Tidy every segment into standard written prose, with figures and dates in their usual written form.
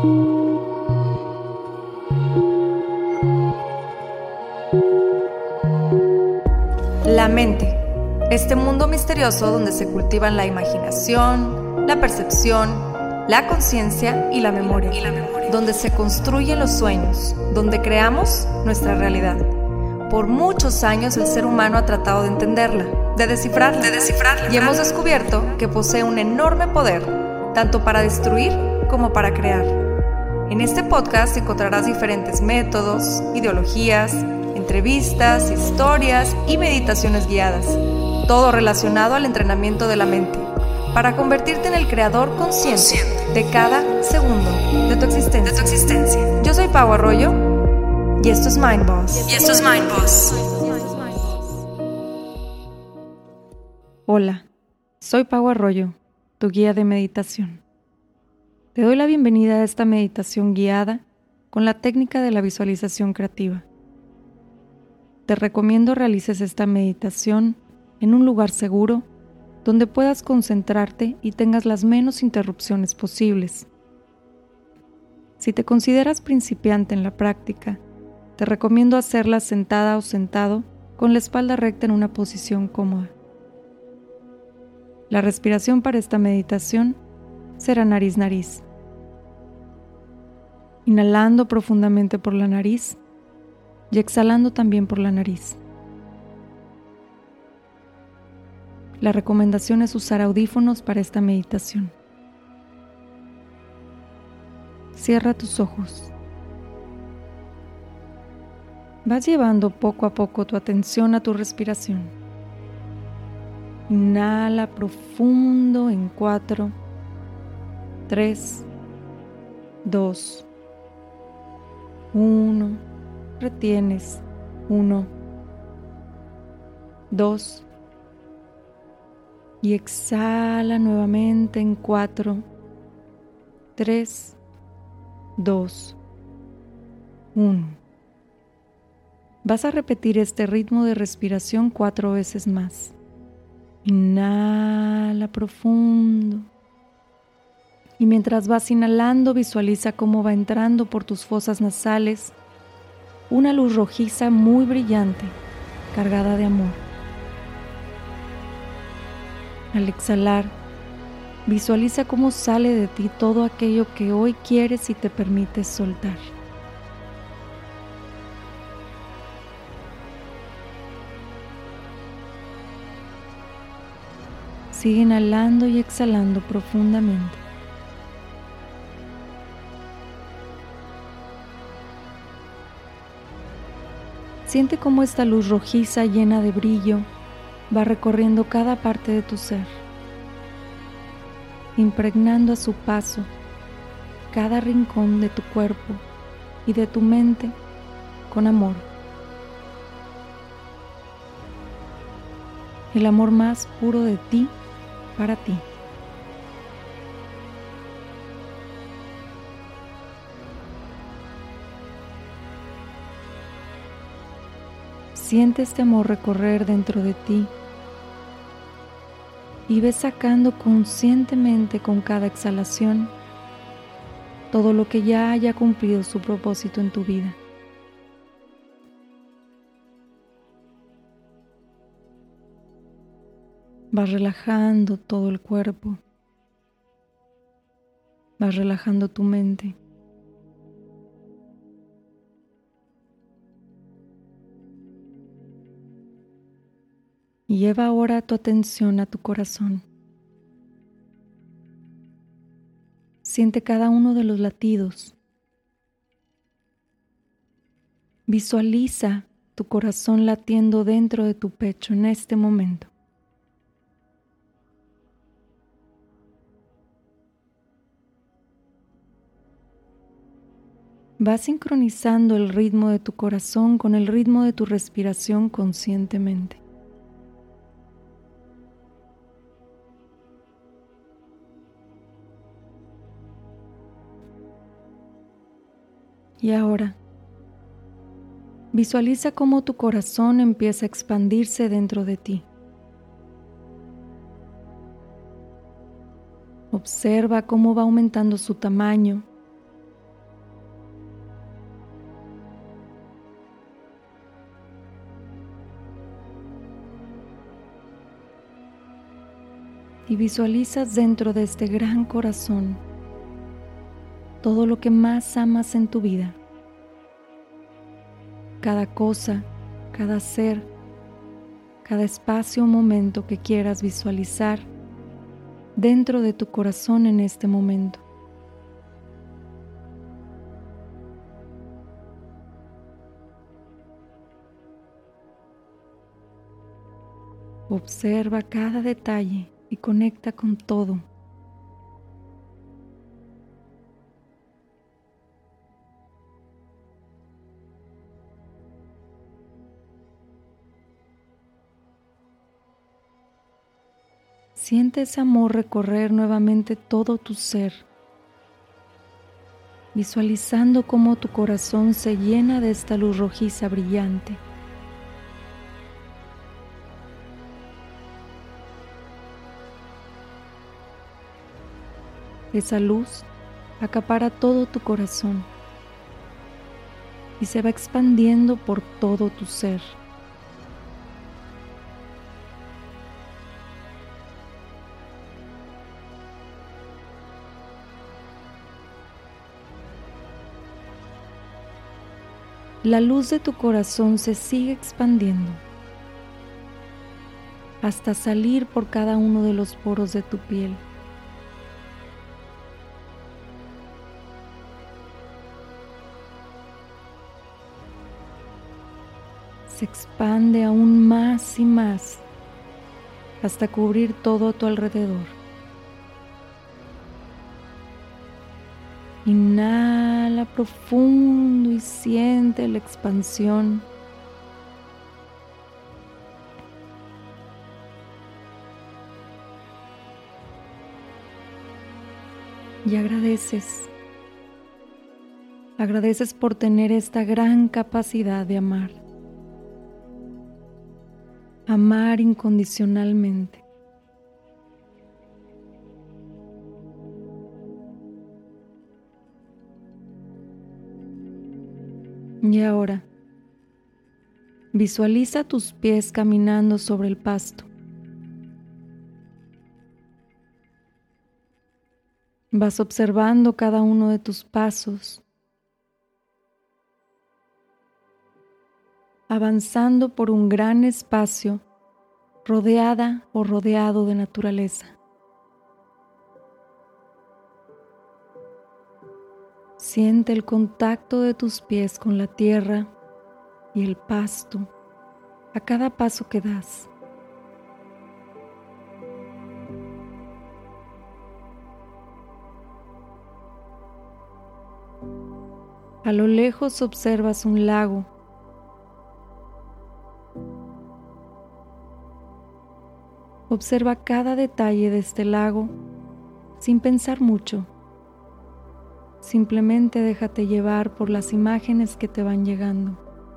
La mente, este mundo misterioso donde se cultivan la imaginación, la percepción, la conciencia y la memoria, donde se construyen los sueños, donde creamos nuestra realidad. Por muchos años el ser humano ha tratado de entenderla, de descifrarla, y hemos descubierto que posee un enorme poder, tanto para destruir como para crear. En este podcast encontrarás diferentes métodos, ideologías, entrevistas, historias y meditaciones guiadas, todo relacionado al entrenamiento de la mente, para convertirte en el creador consciente de cada segundo de tu existencia. Yo soy Pau Arroyo y esto es Mind Boss. Hola, soy Pau Arroyo, tu guía de meditación. Te doy la bienvenida a esta meditación guiada con la técnica de la visualización creativa. Te recomiendo realices esta meditación en un lugar seguro donde puedas concentrarte y tengas las menos interrupciones posibles. Si te consideras principiante en la práctica, te recomiendo hacerla sentada o sentado con la espalda recta en una posición cómoda. La respiración para esta meditación será nariz-nariz. Inhalando profundamente por la nariz y exhalando también por la nariz. La recomendación es usar audífonos para esta meditación. Cierra tus ojos. Vas llevando poco a poco tu atención a tu respiración. Inhala profundo en 4, 3, 2, 1. Retienes 1, 2 y exhala nuevamente en 4, 3, 2, 1. Vas a repetir este ritmo de respiración 4 veces más. Inhala profundo. Y mientras vas inhalando, visualiza cómo va entrando por tus fosas nasales una luz rojiza muy brillante, cargada de amor. Al exhalar, visualiza cómo sale de ti todo aquello que hoy quieres y te permites soltar. Sigue inhalando y exhalando profundamente. Siente cómo esta luz rojiza llena de brillo va recorriendo cada parte de tu ser, impregnando a su paso cada rincón de tu cuerpo y de tu mente con amor. El amor más puro de ti para ti. Siente este amor recorrer dentro de ti y ve sacando conscientemente con cada exhalación todo lo que ya haya cumplido su propósito en tu vida. Vas relajando todo el cuerpo, vas relajando tu mente. Y lleva ahora tu atención a tu corazón. Siente cada uno de los latidos. Visualiza tu corazón latiendo dentro de tu pecho en este momento. Vas sincronizando el ritmo de tu corazón con el ritmo de tu respiración conscientemente. Y ahora, visualiza cómo tu corazón empieza a expandirse dentro de ti. Observa cómo va aumentando su tamaño y visualizas dentro de este gran corazón todo lo que más amas en tu vida. Cada cosa, cada ser, cada espacio o momento que quieras visualizar dentro de tu corazón en este momento. Observa cada detalle y conecta con todo. Siente ese amor recorrer nuevamente todo tu ser, visualizando cómo tu corazón se llena de esta luz rojiza brillante. Esa luz acapara todo tu corazón y se va expandiendo por todo tu ser. La luz de tu corazón se sigue expandiendo hasta salir por cada uno de los poros de tu piel. Se expande aún más y más hasta cubrir todo a tu alrededor. Inhala profundo y siente la expansión. Y agradeces. Agradeces por tener esta gran capacidad de amar. Amar incondicionalmente. Y ahora, visualiza tus pies caminando sobre el pasto. Vas observando cada uno de tus pasos, avanzando por un gran espacio, rodeada o rodeado de naturaleza. Siente el contacto de tus pies con la tierra y el pasto a cada paso que das. A lo lejos observas un lago. Observa cada detalle de este lago sin pensar mucho. Simplemente déjate llevar por las imágenes que te van llegando.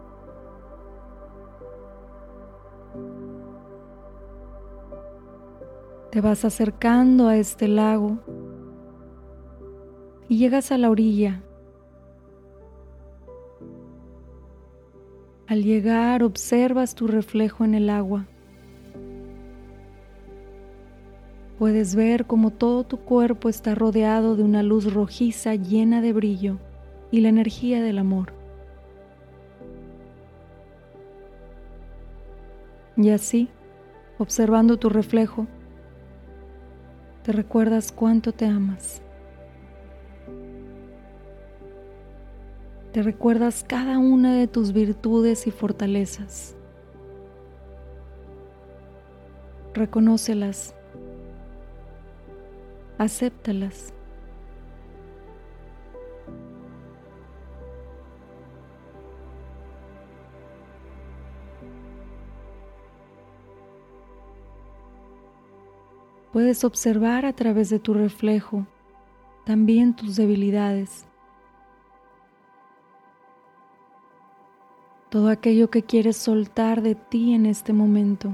Te vas acercando a este lago y llegas a la orilla. Al llegar, observas tu reflejo en el agua. Puedes ver cómo todo tu cuerpo está rodeado de una luz rojiza llena de brillo y la energía del amor. Y así, observando tu reflejo, te recuerdas cuánto te amas. Te recuerdas cada una de tus virtudes y fortalezas. Reconócelas. Acéptalas. Puedes observar a través de tu reflejo también tus debilidades. Todo aquello que quieres soltar de ti en este momento.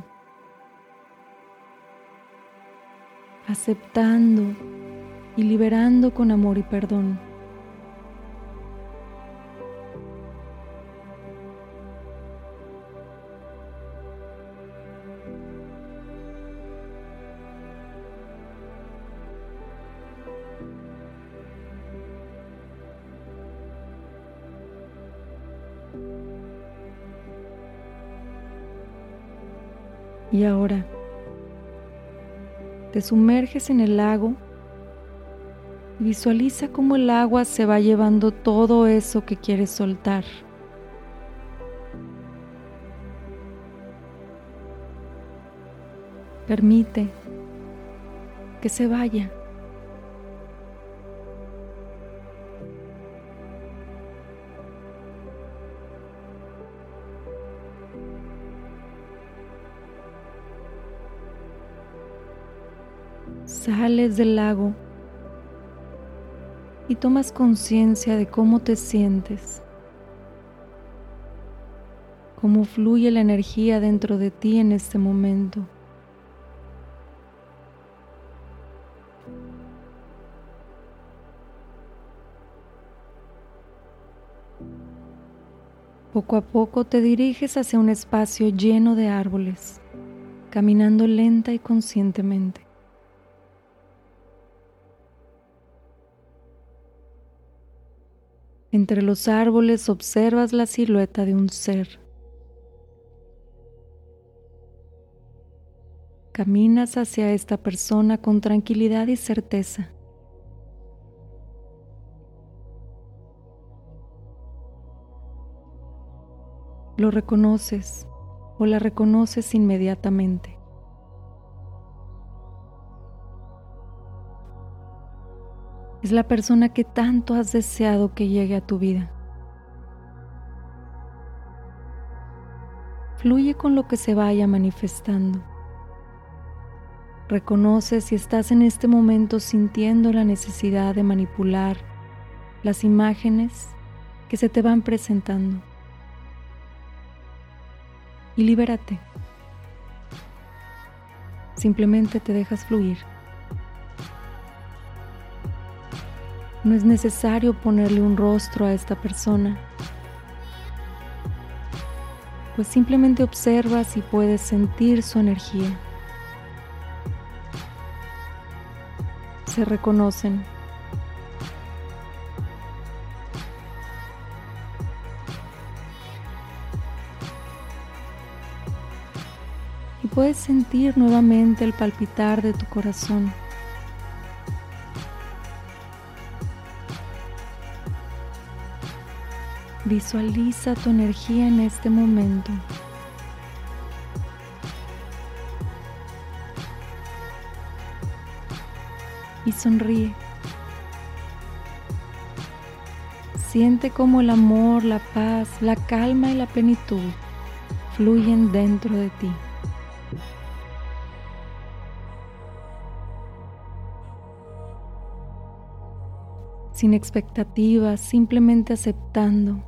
Aceptando y liberando con amor y perdón. Y ahora te sumerges en el lago y visualiza cómo el agua se va llevando todo eso que quieres soltar. Permite que se vaya. Sales del lago y tomas conciencia de cómo te sientes, cómo fluye la energía dentro de ti en este momento. Poco a poco te diriges hacia un espacio lleno de árboles, caminando lenta y conscientemente. Entre los árboles observas la silueta de un ser. Caminas hacia esta persona con tranquilidad y certeza. Lo reconoces o la reconoces inmediatamente. Es la persona que tanto has deseado que llegue a tu vida. Fluye con lo que se vaya manifestando. Reconoce si estás en este momento sintiendo la necesidad de manipular las imágenes que se te van presentando. Y libérate. Simplemente te dejas fluir. No es necesario ponerle un rostro a esta persona, pues simplemente observas y puedes sentir su energía. Se reconocen. Y puedes sentir nuevamente el palpitar de tu corazón. Visualiza tu energía en este momento. Y sonríe. Siente cómo el amor, la paz, la calma y la plenitud fluyen dentro de ti. Sin expectativas, simplemente aceptando,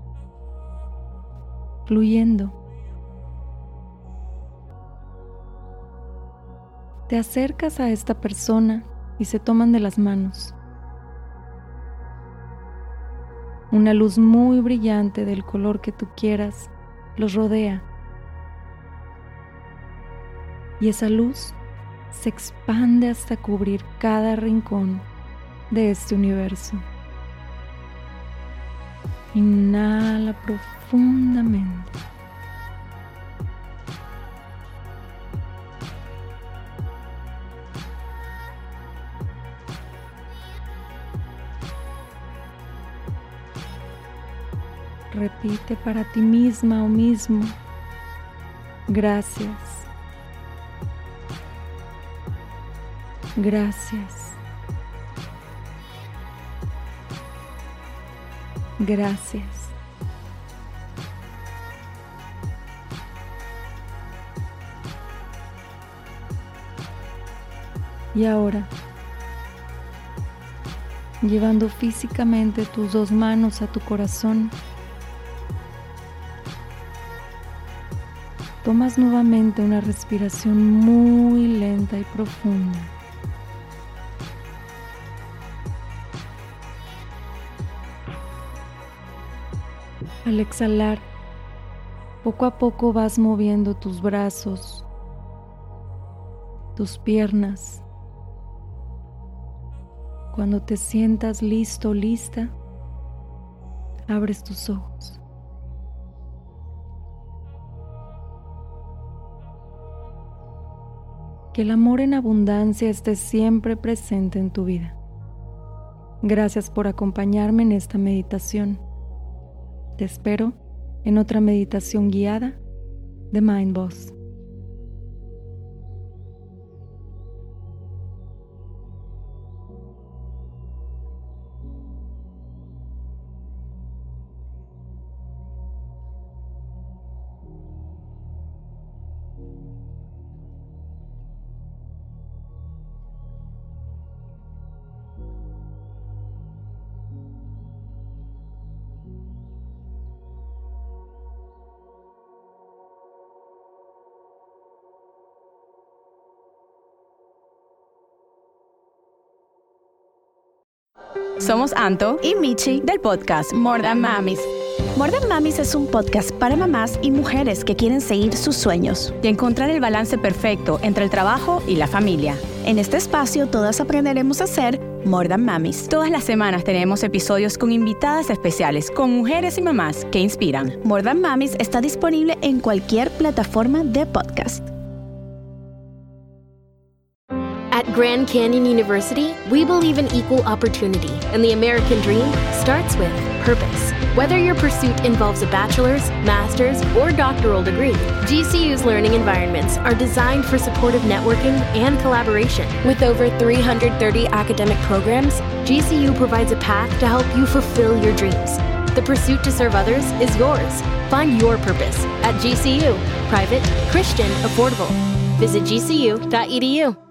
fluyendo. Te acercas a esta persona y se toman de las manos. Una luz muy brillante del color que tú quieras los rodea. Y esa luz se expande hasta cubrir cada rincón de este universo. Inhala profundamente. Repite para ti misma o mismo: gracias. Gracias. Gracias. Y ahora, llevando físicamente tus dos manos a tu corazón, tomas nuevamente una respiración muy lenta y profunda. Al exhalar, poco a poco vas moviendo tus brazos, tus piernas. Cuando te sientas listo o lista, abres tus ojos. que el amor en abundancia esté siempre presente en tu vida. Gracias por acompañarme en esta meditación. Te espero en otra meditación guiada de Mind Boss. Somos Anto y Michi del podcast More Than Mamis. More Than Mamis es un podcast para mamás y mujeres que quieren seguir sus sueños y encontrar el balance perfecto entre el trabajo y la familia. En este espacio todas aprenderemos a ser More Than Mamis. Todas las semanas tenemos episodios con invitadas especiales, con mujeres y mamás que inspiran. More Than Mamis está disponible en cualquier plataforma de podcast. At Grand Canyon University, we believe in equal opportunity, and the American dream starts with purpose. Whether your pursuit involves a bachelor's, master's, or doctoral degree, GCU's learning environments are designed for supportive networking and collaboration. With over 330 academic programs, GCU provides a path to help you fulfill your dreams. The pursuit to serve others is yours. Find your purpose at GCU. Private, Christian, affordable. Visit gcu.edu.